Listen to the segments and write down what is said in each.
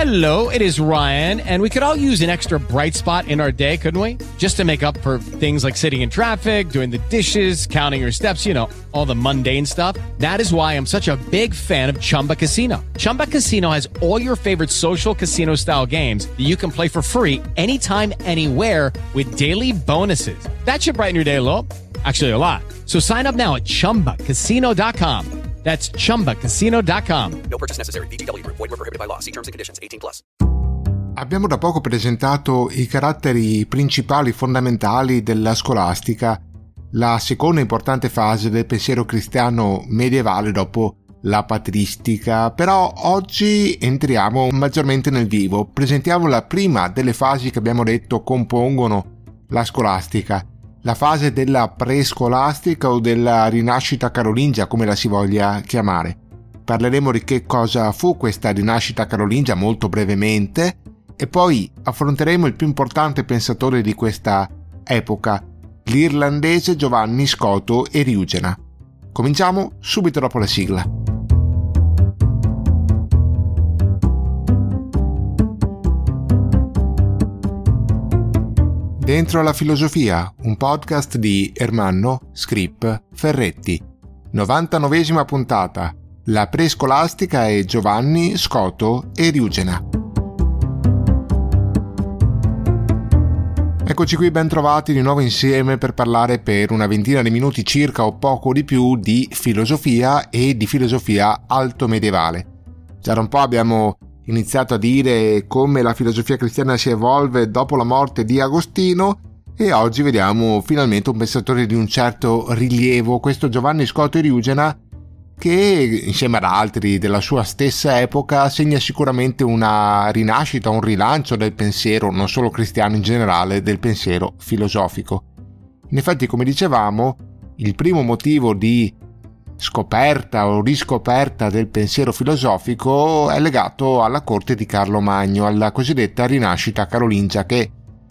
Hello, it is Ryan, and we could all use an extra bright spot in our day, couldn't we? Just to make up for things like sitting in traffic, doing the dishes, counting your steps, you know, all the mundane stuff. That is why I'm such a big fan of Chumba Casino. Chumba Casino has all your favorite social casino-style games that you can play for free anytime, anywhere with daily bonuses. That should brighten your day a little. Actually, a lot. So sign up now at ChumbaCasino.com. That's ChumbaCasino.com. No purchase necessary. VGW Group. Void where prohibited by law. See terms and conditions. 18+. Abbiamo da poco presentato i caratteri principali fondamentali della scolastica, la seconda importante fase del pensiero cristiano medievale dopo la patristica. Però oggi entriamo maggiormente nel vivo. Presentiamo la prima delle fasi che abbiamo detto compongono la scolastica. La fase della prescolastica o della rinascita carolingia, come la si voglia chiamare. Parleremo di che cosa fu questa rinascita carolingia molto brevemente e poi affronteremo il più importante pensatore di questa epoca, l'irlandese Giovanni Scoto Eriugena. Cominciamo subito dopo la sigla. Dentro la filosofia, un podcast di Ermanno Scrip Ferretti. 99esima puntata. La prescolastica e Giovanni Scoto Eriugena. Eccoci qui, ben trovati di nuovo insieme per parlare per una ventina di minuti circa o poco di più di filosofia e di filosofia altomedievale. Già da un po' abbiamo iniziato a dire come la filosofia cristiana si evolve dopo la morte di Agostino e oggi vediamo finalmente un pensatore di un certo rilievo, questo Giovanni Scoto Eriugena, che insieme ad altri della sua stessa epoca segna sicuramente una rinascita, un rilancio del pensiero, non solo cristiano in generale, del pensiero filosofico. In effetti, come dicevamo, il primo motivo di scoperta o riscoperta del pensiero filosofico è legato alla corte di Carlo Magno, alla cosiddetta rinascita carolingia, che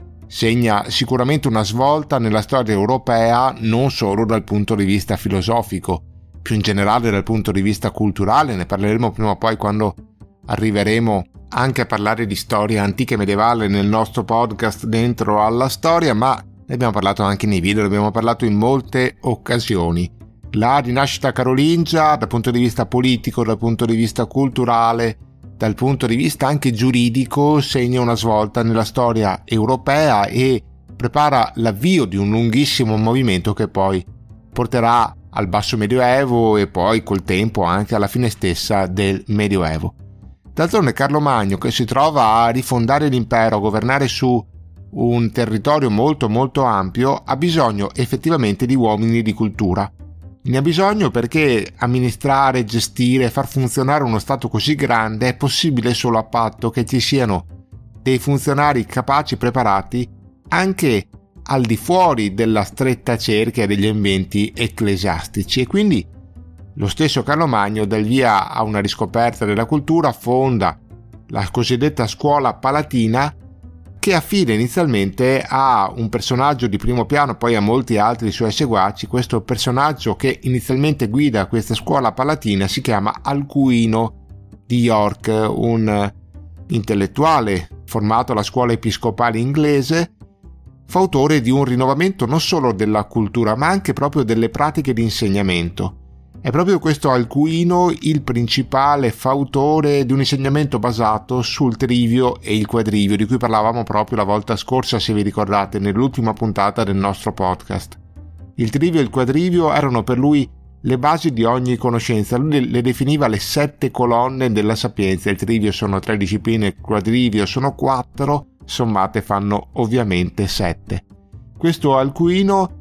segna sicuramente una svolta nella storia europea non solo dal punto di vista filosofico, più in generale dal punto di vista culturale. Ne parleremo prima o poi quando arriveremo anche a parlare di storia antica e medievale nel nostro podcast Dentro alla Storia, ma ne abbiamo parlato anche nei video, ne abbiamo parlato in molte occasioni. La rinascita carolingia dal punto di vista politico, dal punto di vista culturale, dal punto di vista anche giuridico segna una svolta nella storia europea e prepara l'avvio di un lunghissimo movimento che poi porterà al basso medioevo e poi col tempo anche alla fine stessa del medioevo. D'altronde Carlo Magno, che si trova a rifondare l'impero, a governare su un territorio molto molto ampio, ha bisogno effettivamente di uomini di cultura. Ne ha bisogno perché amministrare, gestire, far funzionare uno Stato così grande è possibile solo a patto che ci siano dei funzionari capaci, preparati, anche al di fuori della stretta cerchia degli ambienti ecclesiastici. E quindi lo stesso Carlo Magno dà il via a una riscoperta della cultura, fonda la cosiddetta scuola palatina, che affida inizialmente a un personaggio di primo piano, poi a molti altri suoi seguaci. Questo personaggio che inizialmente guida questa scuola palatina si chiama Alcuino di York, un intellettuale formato alla scuola episcopale inglese, fautore di un rinnovamento non solo della cultura ma anche proprio delle pratiche di insegnamento. È proprio questo Alcuino il principale fautore di un insegnamento basato sul trivio e il quadrivio, di cui parlavamo proprio la volta scorsa, se vi ricordate, nell'ultima puntata del nostro podcast. Il trivio e il quadrivio erano per lui le basi di ogni conoscenza. Lui le definiva le 7 colonne della sapienza. Il trivio sono 3 discipline, il quadrivio sono 4, sommate fanno ovviamente 7. Questo Alcuino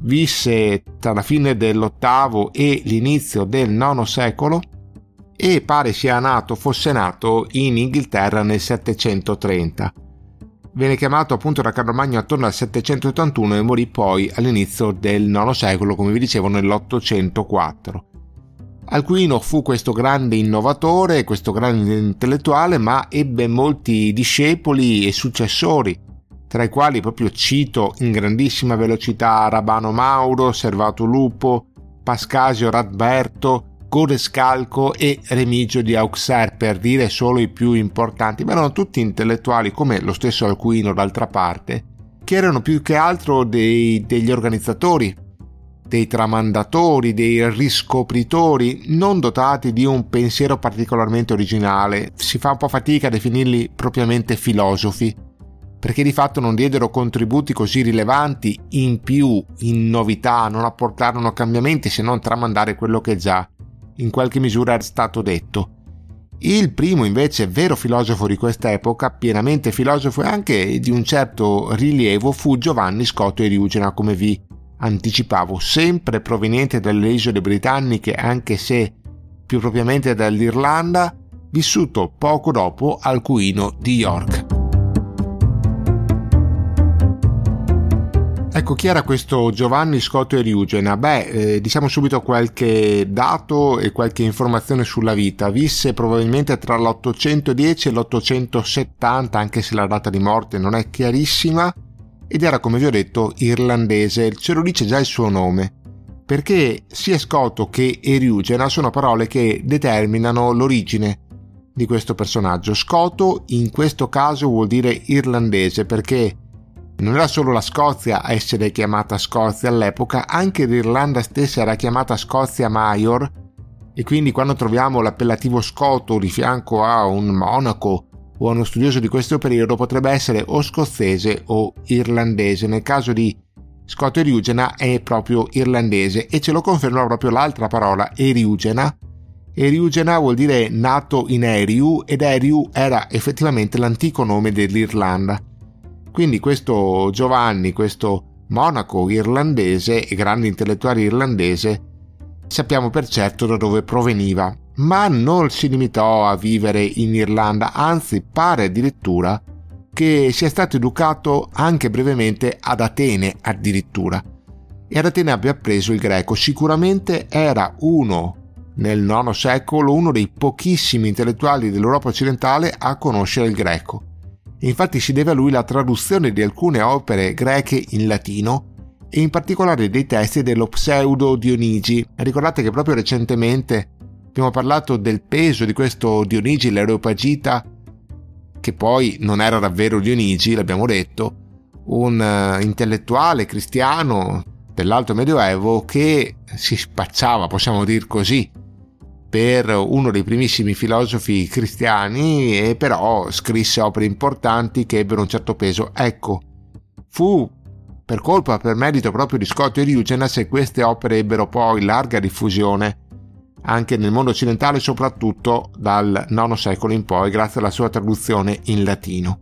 visse tra la fine dell'VIII e l'inizio del IX secolo e pare fosse nato in Inghilterra nel 730. Venne chiamato appunto da Carlo Magno attorno al 781 e morì poi all'inizio del IX secolo, come vi dicevo, nell'804. Alcuino fu questo grande innovatore, questo grande intellettuale, ma ebbe molti discepoli e successori, tra i quali proprio cito in grandissima velocità Rabano Mauro, Servato Lupo, Pascasio Radberto, Godescalco e Remigio di Auxerre, per dire solo i più importanti, ma erano tutti intellettuali, come lo stesso Alcuino d'altra parte, che erano più che altro degli organizzatori, dei tramandatori, dei riscopritori, non dotati di un pensiero particolarmente originale. Si fa un po' fatica a definirli propriamente filosofi, perché di fatto non diedero contributi così rilevanti in più, in novità, non apportarono cambiamenti se non tramandare quello che già in qualche misura era stato detto. Il primo invece vero filosofo di quest'epoca, pienamente filosofo e anche di un certo rilievo, fu Giovanni Scoto Eriugena, come vi anticipavo, sempre proveniente dalle isole britanniche, anche se più propriamente dall'Irlanda, vissuto poco dopo Alcuino di York. Ecco, chi era questo Giovanni Scoto Eriugena? Diciamo subito qualche dato e qualche informazione sulla vita. Visse probabilmente tra l'810 e l'870, anche se la data di morte non è chiarissima, ed era, come vi ho detto, irlandese. Ce lo dice già il suo nome, perché sia Scoto che Eriugena sono parole che determinano l'origine di questo personaggio. Scoto in questo caso vuol dire irlandese, perché non era solo la Scozia a essere chiamata Scozia all'epoca, anche l'Irlanda stessa era chiamata Scozia Major, e quindi quando troviamo l'appellativo Scoto di fianco a un monaco o a uno studioso di questo periodo, potrebbe essere o scozzese o irlandese. Nel caso di Scoto Eriugena è proprio irlandese, e ce lo conferma proprio l'altra parola, Eriugena. Eriugena vuol dire nato in Eriu, ed Eriu era effettivamente l'antico nome dell'Irlanda. Quindi questo Giovanni, questo monaco irlandese e grande intellettuale irlandese, sappiamo per certo da dove proveniva, ma non si limitò a vivere in Irlanda, anzi pare addirittura che sia stato educato anche brevemente ad Atene addirittura, e ad Atene abbia appreso il greco. Sicuramente era nel IX secolo, uno dei pochissimi intellettuali dell'Europa occidentale a conoscere il greco. Infatti si deve a lui la traduzione di alcune opere greche in latino, e in particolare dei testi dello pseudo Dionigi. Ricordate che proprio recentemente abbiamo parlato del peso di questo Dionigi, l'Areopagita, che poi non era davvero Dionigi, l'abbiamo detto, un intellettuale cristiano dell'Alto Medioevo che si spacciava, possiamo dir così, per uno dei primissimi filosofi cristiani, e però scrisse opere importanti che ebbero un certo peso. Ecco, fu per merito proprio di Scoto Eriugena se queste opere ebbero poi larga diffusione anche nel mondo occidentale, soprattutto dal IX secolo in poi, grazie alla sua traduzione in latino.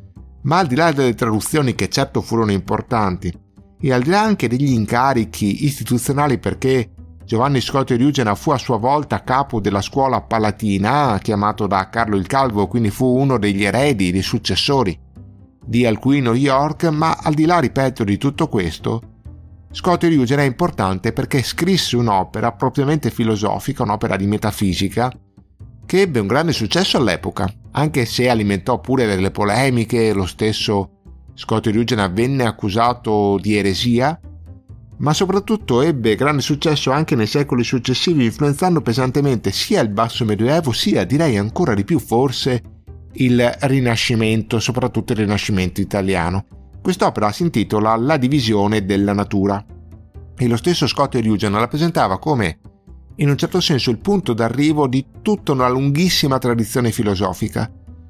Ma al di là delle traduzioni, che certo furono importanti, e al di là anche degli incarichi istituzionali, perché Giovanni Scoto Eriugena fu a sua volta capo della scuola palatina, chiamato da Carlo il Calvo, quindi fu uno degli eredi, dei successori di Alcuino di York. Ma al di là, ripeto, di tutto questo, Scoto Eriugena è importante perché scrisse un'opera propriamente filosofica, un'opera di metafisica, che ebbe un grande successo all'epoca, anche se alimentò pure delle polemiche. Lo stesso Scoto Eriugena venne accusato di eresia, ma soprattutto ebbe grande successo anche nei secoli successivi, influenzando pesantemente sia il basso medioevo, sia, direi ancora di più forse, il Rinascimento, soprattutto il Rinascimento italiano. Quest'opera si intitola La divisione della natura, e lo stesso Scoto Eriugena la presentava come, in un certo senso, il punto d'arrivo di tutta una lunghissima tradizione filosofica.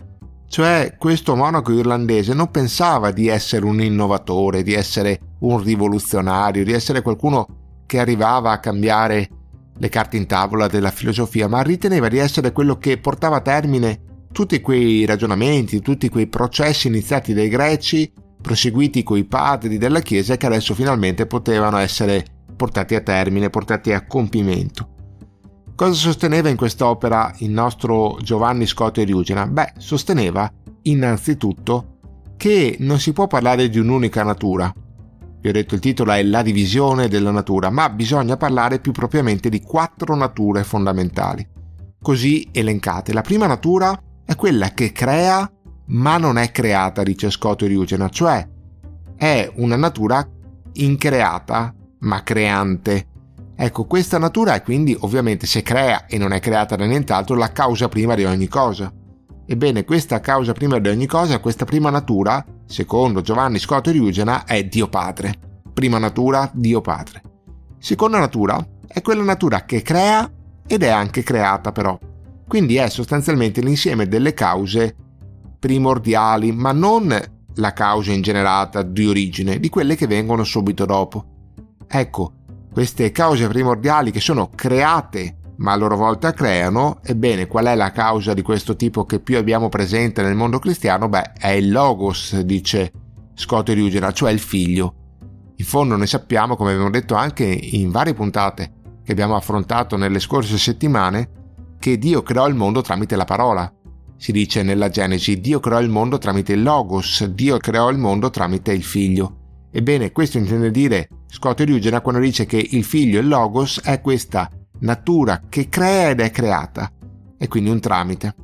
Cioè, questo monaco irlandese non pensava di essere un innovatore, di essere un rivoluzionario, di essere qualcuno che arrivava a cambiare le carte in tavola della filosofia, ma riteneva di essere quello che portava a termine tutti quei ragionamenti, tutti quei processi iniziati dai greci, proseguiti coi padri della Chiesa, che adesso finalmente potevano essere portati a termine, portati a compimento. Cosa sosteneva in quest'opera il nostro Giovanni Scoto Eriugena? Sosteneva innanzitutto che non si può parlare di un'unica natura. Vi ho detto, il titolo è La divisione della natura, ma bisogna parlare più propriamente di 4 nature fondamentali, così elencate. La prima natura è quella che crea ma non è creata, dice Scoto Eriugena, cioè è una natura increata ma creante. Ecco, questa natura è quindi, ovviamente, se crea e non è creata da nient'altro, la causa prima di ogni cosa. Ebbene, questa causa prima di ogni cosa, questa prima natura, secondo Giovanni Scoto Eriugena, è Dio Padre. Prima natura, Dio Padre. Seconda natura è quella natura che crea ed è anche creata però. Quindi è sostanzialmente l'insieme delle cause primordiali, ma non la causa ingenerata di origine, di quelle che vengono subito dopo. Ecco, queste cause primordiali che sono create ma a loro volta creano, ebbene qual è la causa di questo tipo che più abbiamo presente nel mondo cristiano? Beh, è il Logos, dice Scoto Eriugena, cioè il Figlio. In fondo noi sappiamo, come abbiamo detto anche in varie puntate che abbiamo affrontato nelle scorse settimane, che Dio creò il mondo tramite la parola. Si dice nella Genesi, Dio creò il mondo tramite il Logos, Dio creò il mondo tramite il Figlio. Ebbene, questo intende dire Scoto Eriugena quando dice che il Figlio, il Logos, è questa natura che crea ed è creata, e quindi un tramite.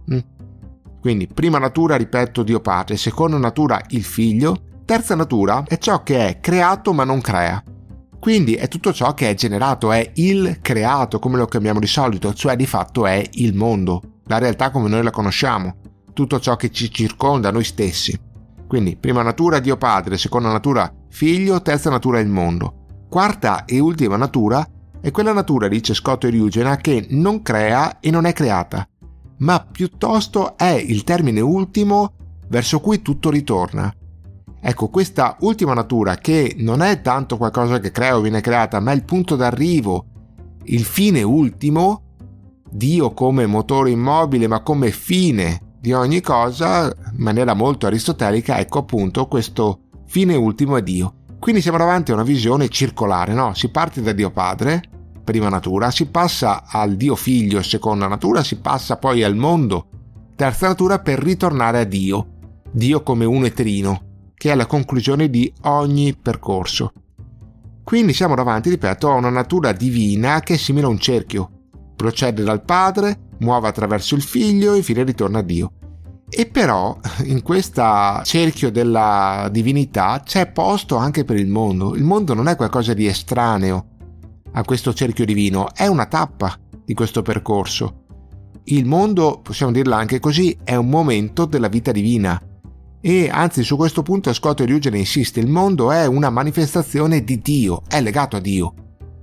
Quindi prima natura, ripeto, Dio Padre, seconda natura il Figlio, terza natura è ciò che è creato ma non crea. Quindi è tutto ciò che è generato, è il creato, come lo chiamiamo di solito, cioè di fatto è il mondo, la realtà come noi la conosciamo, tutto ciò che ci circonda, noi stessi. Quindi prima natura Dio Padre, seconda natura Figlio, terza natura il mondo. Quarta e ultima natura è quella natura, dice Scoto Eriugena, che non crea e non è creata, ma piuttosto è il termine ultimo verso cui tutto ritorna. Ecco, questa ultima natura, che non è tanto qualcosa che crea o viene creata, ma è il punto d'arrivo, il fine ultimo, Dio come motore immobile, ma come fine di ogni cosa, in maniera molto aristotelica, ecco appunto questo fine ultimo è Dio. Quindi siamo davanti a una visione circolare, no? Si parte da Dio Padre, prima natura, si passa al Dio Figlio, seconda natura, si passa poi al mondo, terza natura, per ritornare a Dio, Dio come uno e trino, che è la conclusione di ogni percorso. Quindi siamo davanti, ripeto, a una natura divina che è simile a un cerchio. Procede dal Padre, muove attraverso il Figlio e infine ritorna a Dio. E però in questo cerchio della divinità c'è posto anche per il mondo. Il mondo non è qualcosa di estraneo a questo cerchio divino, è una tappa di questo percorso. Il mondo, possiamo dirla anche così, è un momento della vita divina. E anzi, su questo punto Scoto Eriugena insiste, il mondo è una manifestazione di Dio, è legato a Dio.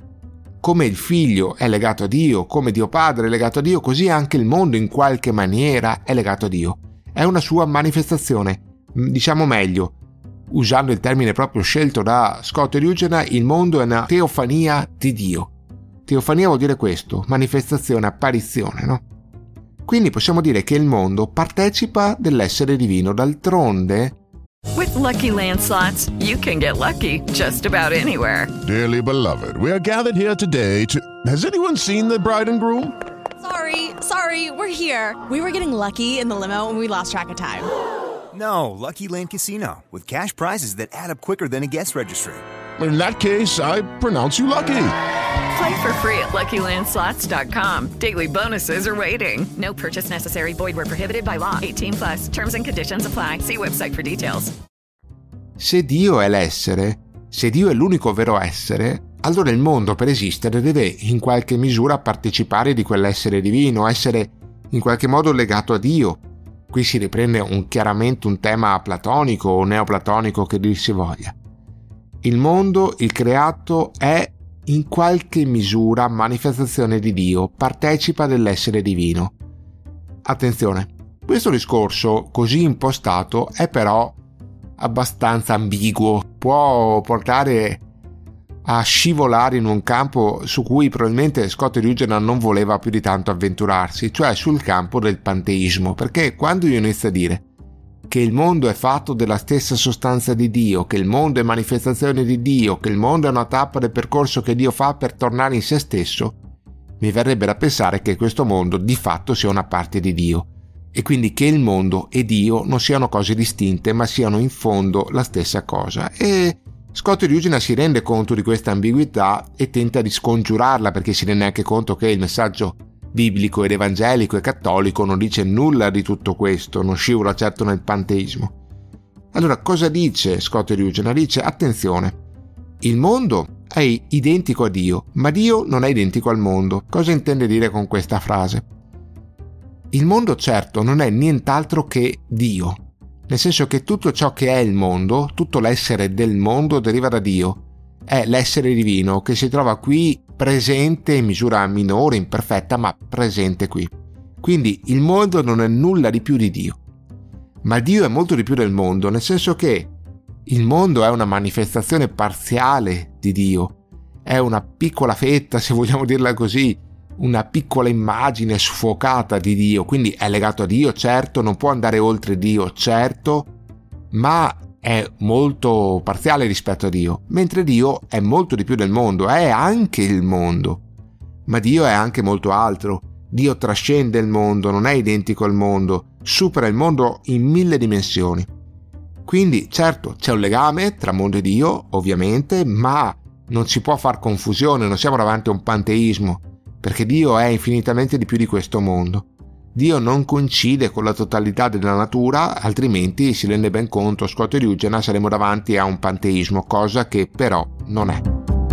Come il Figlio è legato a Dio, come Dio Padre è legato a Dio, così anche il mondo in qualche maniera è legato a Dio. È una sua manifestazione, diciamo meglio, usando il termine proprio scelto da Scoto Eriugena, il mondo è una teofania di Dio. Teofania vuol dire questo, manifestazione, apparizione, no? Quindi possiamo dire che il mondo partecipa dell'essere divino, d'altronde. With Lucky Land Slots, you can get lucky just about anywhere. Dearly beloved, we are gathered here today to... Has anyone seen the bride and groom? Sorry, we're here. We were getting lucky in the limo and we lost track of time. No, Lucky Land Casino, with cash prizes that add up quicker than a guest registry. In that case, I pronounce you lucky. Play for free at LuckyLandSlots.com. Daily bonuses are waiting. No purchase necessary. Void where prohibited by law. 18+. Terms and conditions apply. See website for details. Se Dio è l'essere, se Dio è l'unico vero essere, allora il mondo per esistere deve in qualche misura partecipare di quell'essere divino, essere in qualche modo legato a Dio. Qui si riprende chiaramente un tema platonico o neoplatonico, che dir si voglia. Il mondo, il creato, è in qualche misura manifestazione di Dio, partecipa dell'essere divino. Attenzione, questo discorso così impostato è però abbastanza ambiguo, può portare a scivolare in un campo su cui probabilmente Scoto Eriugena non voleva più di tanto avventurarsi, cioè sul campo del panteismo, perché quando io inizio a dire che il mondo è fatto della stessa sostanza di Dio, che il mondo è manifestazione di Dio, che il mondo è una tappa del percorso che Dio fa per tornare in se stesso, mi verrebbe da pensare che questo mondo di fatto sia una parte di Dio, e quindi che il mondo e Dio non siano cose distinte, ma siano in fondo la stessa cosa. E Scoto Eriugena si rende conto di questa ambiguità e tenta di scongiurarla, perché si rende anche conto che il messaggio biblico ed evangelico e cattolico non dice nulla di tutto questo, non scivola certo nel panteismo. Allora cosa dice Scoto Eriugena? Dice: attenzione, il mondo è identico a Dio, ma Dio non è identico al mondo. Cosa intende dire con questa frase? Il mondo certo non è nient'altro che Dio, nel senso che tutto ciò che è il mondo, tutto l'essere del mondo deriva da Dio. È l'essere divino che si trova qui presente in misura minore, imperfetta, ma presente qui. Quindi il mondo non è nulla di più di Dio. Ma Dio è molto di più del mondo, nel senso che il mondo è una manifestazione parziale di Dio. È una piccola fetta, se vogliamo dirla così, una piccola immagine sfocata di Dio. Quindi è legato a Dio, certo, non può andare oltre Dio, certo, ma è molto parziale rispetto a Dio, mentre Dio è molto di più del mondo, è anche il mondo, ma Dio è anche molto altro. Dio trascende il mondo, non è identico al mondo, supera il mondo in 1000 dimensioni. Quindi certo c'è un legame tra mondo e Dio, ovviamente, ma non si può far confusione, non siamo davanti a un panteismo, perché Dio è infinitamente di più di questo mondo. Dio non coincide con la totalità della natura, altrimenti si rende ben conto Scott e Rugena, saremo davanti a un panteismo, cosa che però non è.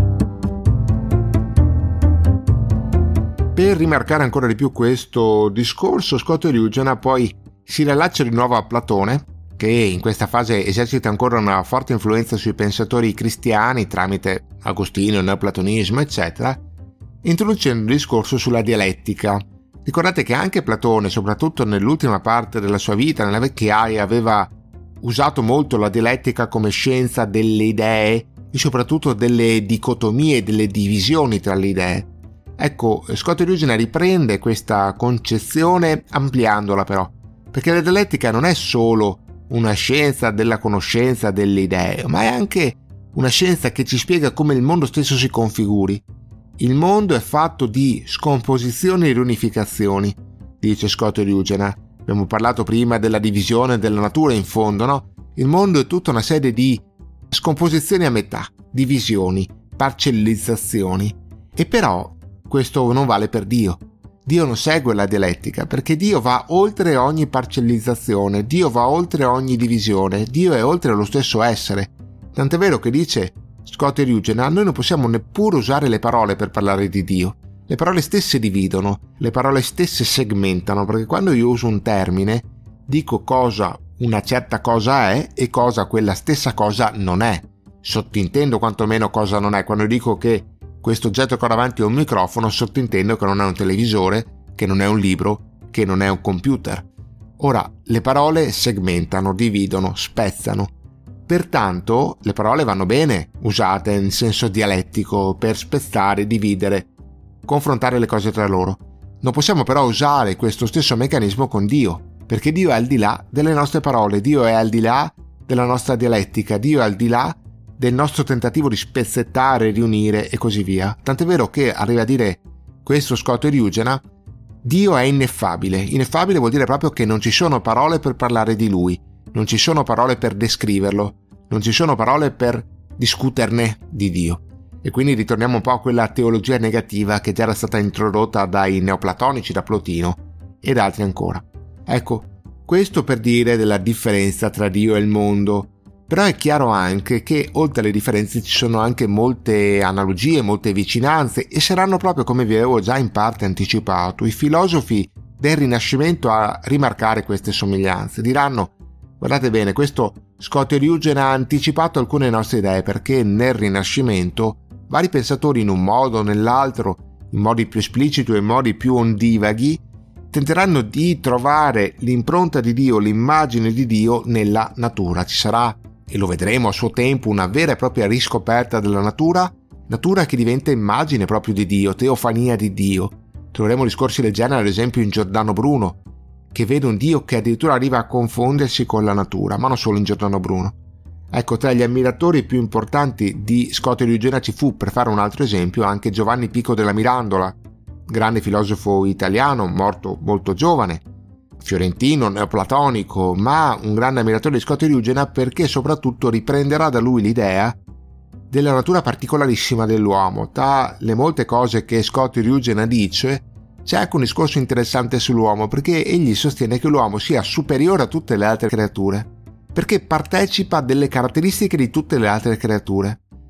Per rimarcare ancora di più questo discorso, Scott e Rugena poi si riallaccia di nuovo a Platone, che in questa fase esercita ancora una forte influenza sui pensatori cristiani tramite Agostino, il neoplatonismo, eccetera, introducendo il discorso sulla dialettica. Ricordate che anche Platone, soprattutto nell'ultima parte della sua vita, nella vecchiaia, aveva usato molto la dialettica come scienza delle idee e soprattutto delle dicotomie, delle divisioni tra le idee. Ecco, Scott e Rugena riprende questa concezione ampliandola però, perché la dialettica non è solo una scienza della conoscenza delle idee, ma è anche una scienza che ci spiega come il mondo stesso si configuri. Il mondo è fatto di scomposizioni e riunificazioni, dice Scott e Rugena. Abbiamo parlato prima della divisione della natura in fondo, no? Il mondo è tutta una serie di scomposizioni a metà, divisioni, parcellizzazioni. E però questo non vale per Dio. Dio non segue la dialettica, perché Dio va oltre ogni parcellizzazione, Dio va oltre ogni divisione, Dio è oltre lo stesso essere. Tant'è vero che dice Scott e Rugena, noi non possiamo neppure usare le parole per parlare di Dio. Le parole stesse dividono, le parole stesse segmentano, perché quando io uso un termine, dico cosa una certa cosa è e cosa quella stessa cosa non è. Sottintendo quantomeno cosa non è. Quando dico che questo oggetto che ho davanti è un microfono, sottintendo che non è un televisore, che non è un libro, che non è un computer. Ora, le parole segmentano, dividono, spezzano. Pertanto, le parole vanno bene usate in senso dialettico per spezzare, dividere, confrontare le cose tra loro. Non possiamo però usare questo stesso meccanismo con Dio, perché Dio è al di là delle nostre parole, Dio è al di là della nostra dialettica, Dio è al di là del nostro tentativo di spezzettare, riunire e così via. Tant'è vero che arriva a dire questo Scott e Rugena, Dio è ineffabile. Ineffabile vuol dire proprio che non ci sono parole per parlare di Lui, non ci sono parole per descriverlo, non ci sono parole per discuterne di Dio. E quindi ritorniamo un po' a quella teologia negativa che già era stata introdotta dai neoplatonici, da Plotino e da altri ancora. Ecco, questo per dire della differenza tra Dio e il mondo. Però è chiaro anche che oltre alle differenze ci sono anche molte analogie, molte vicinanze, e saranno proprio, come vi avevo già in parte anticipato, i filosofi del Rinascimento a rimarcare queste somiglianze. Diranno, guardate bene, questo Scott e Rugena ha anticipato alcune nostre idee, perché nel Rinascimento vari pensatori in un modo o nell'altro, in modi più espliciti o in modi più ondivaghi, tenteranno di trovare l'impronta di Dio, l'immagine di Dio nella natura. Ci sarà, e lo vedremo a suo tempo, una vera e propria riscoperta della natura che diventa immagine proprio di Dio, teofania di Dio. Troveremo discorsi del genere ad esempio in Giordano Bruno, che vede un Dio che addirittura arriva a confondersi con la natura, ma non solo in Giordano Bruno. Ecco, tra gli ammiratori più importanti di Scott e Rugena ci fu, per fare un altro esempio, anche Giovanni Pico della Mirandola, grande filosofo italiano, morto molto giovane, fiorentino, neoplatonico, ma un grande ammiratore di Scott e Rugena, perché soprattutto riprenderà da lui l'idea della natura particolarissima dell'uomo. Tra le molte cose che Scott e Rugena dice, c'è anche un discorso interessante sull'uomo, perché egli sostiene che l'uomo sia superiore a tutte le altre creature, perché partecipa delle caratteristiche di tutte le altre creature.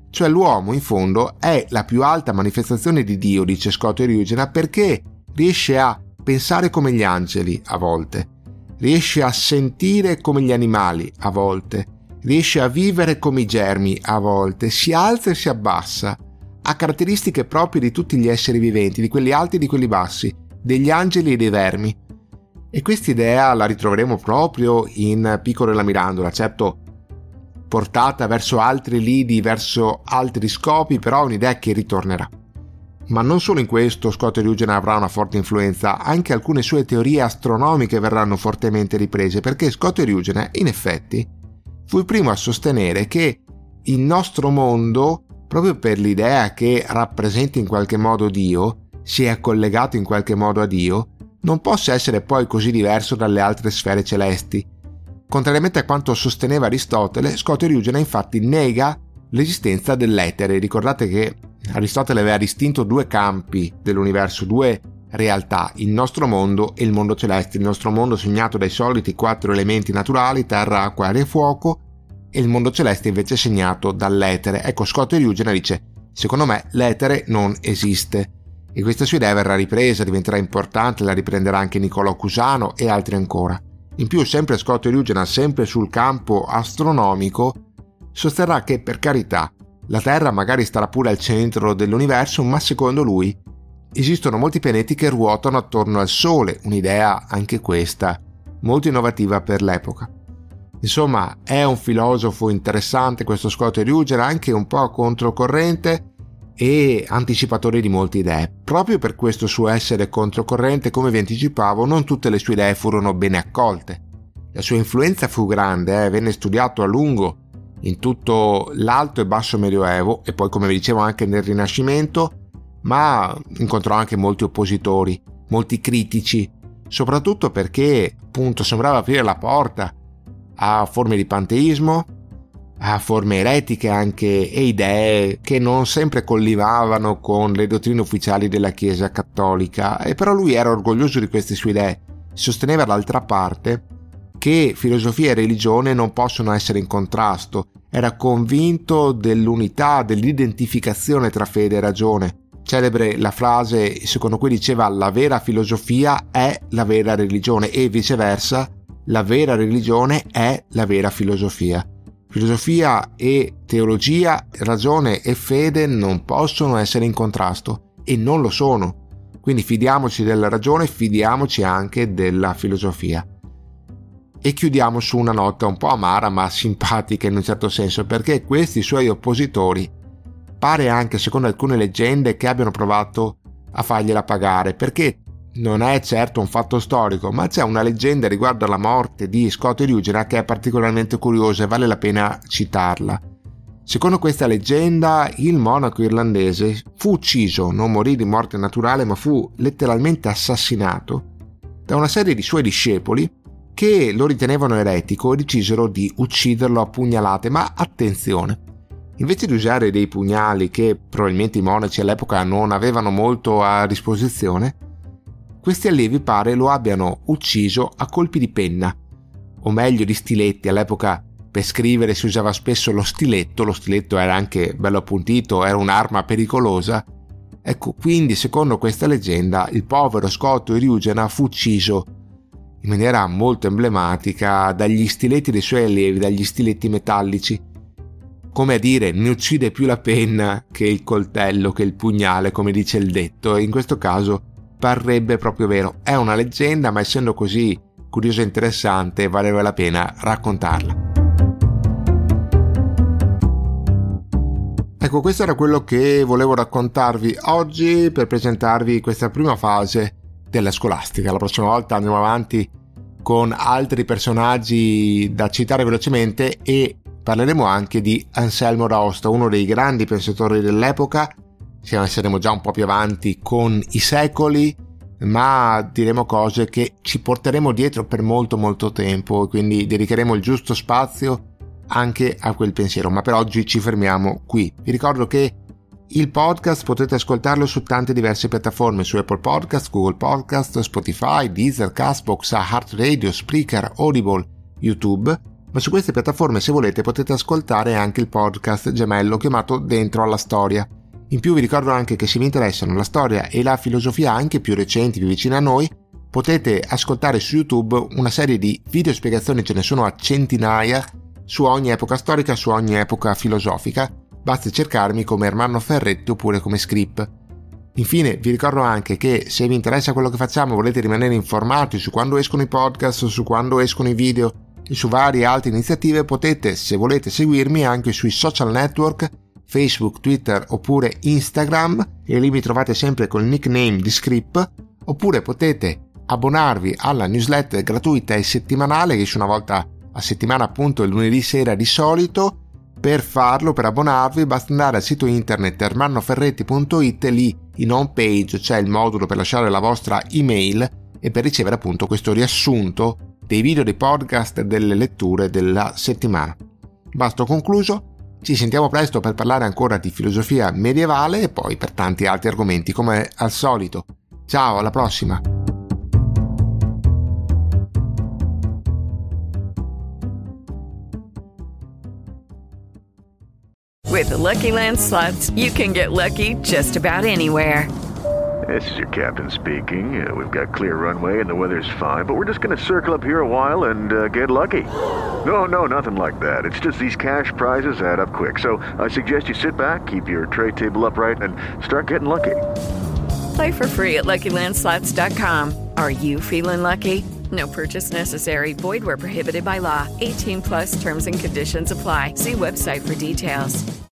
Cioè l'uomo in fondo è la più alta manifestazione di Dio, dice Scott Eriugena, perché riesce a pensare come gli angeli a volte, riesce a sentire come gli animali a volte, riesce a vivere come i germi a volte, si alza e si abbassa, ha caratteristiche proprie di tutti gli esseri viventi, di quelli alti e di quelli bassi, degli angeli e dei vermi. E questa idea la ritroveremo proprio in Piccolo e la Mirandola, certo portata verso altri lidi, verso altri scopi, però è un'idea che ritornerà. Ma non solo in questo Scott Eriugena avrà una forte influenza, anche alcune sue teorie astronomiche verranno fortemente riprese, perché Scott Eriugena, in effetti, fu il primo a sostenere che il nostro mondo, proprio per l'idea che rappresenti in qualche modo Dio, sia collegato in qualche modo a Dio, non possa essere poi così diverso dalle altre sfere celesti. Contrariamente a quanto sosteneva Aristotele, Scott Eriugena infatti nega l'esistenza dell'etere. Ricordate che Aristotele aveva distinto due campi dell'universo, due realtà, il nostro mondo e il mondo celeste. Il nostro mondo segnato dai soliti 4 elementi naturali, terra, acqua, aria e fuoco, e il mondo celeste invece segnato dall'etere. Ecco, Scott Eriugena dice: secondo me l'etere non esiste. E questa sua idea verrà ripresa, diventerà importante, la riprenderà anche Niccolò Cusano e altri ancora. In più, sempre Scott Eriugena, sempre sul campo astronomico, sosterrà che, per carità, la Terra magari starà pure al centro dell'universo, ma secondo lui esistono molti pianeti che ruotano attorno al Sole, un'idea anche questa molto innovativa per l'epoca. Insomma, è un filosofo interessante questo Scott Eriugena, anche un po' controcorrente e anticipatore di molte idee. Proprio per questo suo essere controcorrente, come vi anticipavo, non tutte le sue idee furono bene accolte. La sua influenza fu grande, venne studiato a lungo in tutto l'alto e basso medioevo e poi, come vi dicevo, anche nel Rinascimento, ma incontrò anche molti oppositori, molti critici, soprattutto perché appunto sembrava aprire la porta a forme di panteismo, a forme eretiche anche e idee che non sempre collivavano con le dottrine ufficiali della Chiesa cattolica, e però lui era orgoglioso di queste sue idee. Sosteneva d'altra parte che filosofia e religione non possono essere in contrasto, era convinto dell'unità, dell'identificazione tra fede e ragione. Celebre la frase secondo cui diceva: la vera filosofia è la vera religione, e viceversa, la vera religione è la vera filosofia. Filosofia e teologia, ragione e fede non possono essere in contrasto, e non lo sono. Quindi fidiamoci della ragione, fidiamoci anche della filosofia. E chiudiamo su una nota un po' amara ma simpatica in un certo senso, perché questi suoi oppositori pare anche, secondo alcune leggende, che abbiano provato a fargliela pagare, perché non è certo un fatto storico, ma c'è una leggenda riguardo alla morte di Scott Eriugena che è particolarmente curiosa e vale la pena citarla. Secondo questa leggenda, il monaco irlandese fu ucciso, non morì di morte naturale, ma fu letteralmente assassinato da una serie di suoi discepoli che lo ritenevano eretico e decisero di ucciderlo a pugnalate. Ma attenzione, invece di usare dei pugnali che probabilmente i monaci all'epoca non avevano molto a disposizione, questi allievi pare lo abbiano ucciso a colpi di penna, o meglio di stiletti. All'epoca per scrivere si usava spesso lo stiletto era anche bello appuntito, era un'arma pericolosa. Ecco, quindi secondo questa leggenda il povero Scott Eriugena fu ucciso in maniera molto emblematica dagli stiletti dei suoi allievi, dagli stiletti metallici. Come a dire, ne uccide più la penna che il coltello, che il pugnale, come dice il detto, e in questo caso parrebbe proprio vero. È una leggenda, ma essendo così curiosa e interessante valeva la pena raccontarla. Ecco, questo era quello che volevo raccontarvi oggi per presentarvi questa prima fase della scolastica. La prossima volta andiamo avanti con altri personaggi da citare velocemente e parleremo anche di Anselmo d'Aosta, uno dei grandi pensatori dell'epoca. Saremo già un po' più avanti con i secoli, ma diremo cose che ci porteremo dietro per molto molto tempo, quindi dedicheremo il giusto spazio anche a quel pensiero. Ma per oggi ci fermiamo qui. Vi ricordo che il podcast potete ascoltarlo su tante diverse piattaforme, su Apple Podcast, Google Podcast, Spotify, Deezer, Castbox, iHeartRadio, Spreaker, Audible, YouTube, ma su queste piattaforme, se volete, potete ascoltare anche il podcast gemello chiamato Dentro alla Storia. In più vi ricordo anche che se vi interessano la storia e la filosofia anche più recenti, più vicine a noi, potete ascoltare su YouTube una serie di video spiegazioni, ce ne sono a centinaia, su ogni epoca storica, su ogni epoca filosofica. Basta cercarmi come Ermanno Ferretti oppure come Scrip. Infine vi ricordo anche che se vi interessa quello che facciamo, volete rimanere informati su quando escono i podcast, su quando escono i video e su varie altre iniziative, potete, se volete, seguirmi anche sui social network, Facebook, Twitter oppure Instagram, e lì mi trovate sempre col nickname di Scrip, oppure potete abbonarvi alla newsletter gratuita e settimanale che esce una volta a settimana, appunto il lunedì sera di solito. Per farlo, per abbonarvi, basta andare al sito internet ermannoferretti.it, lì in home page c'è il modulo per lasciare la vostra email e per ricevere appunto questo riassunto dei video, dei podcast, delle letture della settimana. Basta, concluso, ci sentiamo presto per parlare ancora di filosofia medievale e poi per tanti altri argomenti come al solito. Ciao, alla prossima! With the Lucky Land Slots, you can get lucky just about anywhere. This is your captain speaking. We've got clear runway and the weather's fine, but we're just going to circle up here a while and get lucky. No, nothing like that. It's just these cash prizes add up quick. So I suggest you sit back, keep your tray table upright, and start getting lucky. Play for free at LuckyLandSlots.com. Are you feeling lucky? No purchase necessary. Void where prohibited by law. 18+ terms and conditions apply. See website for details.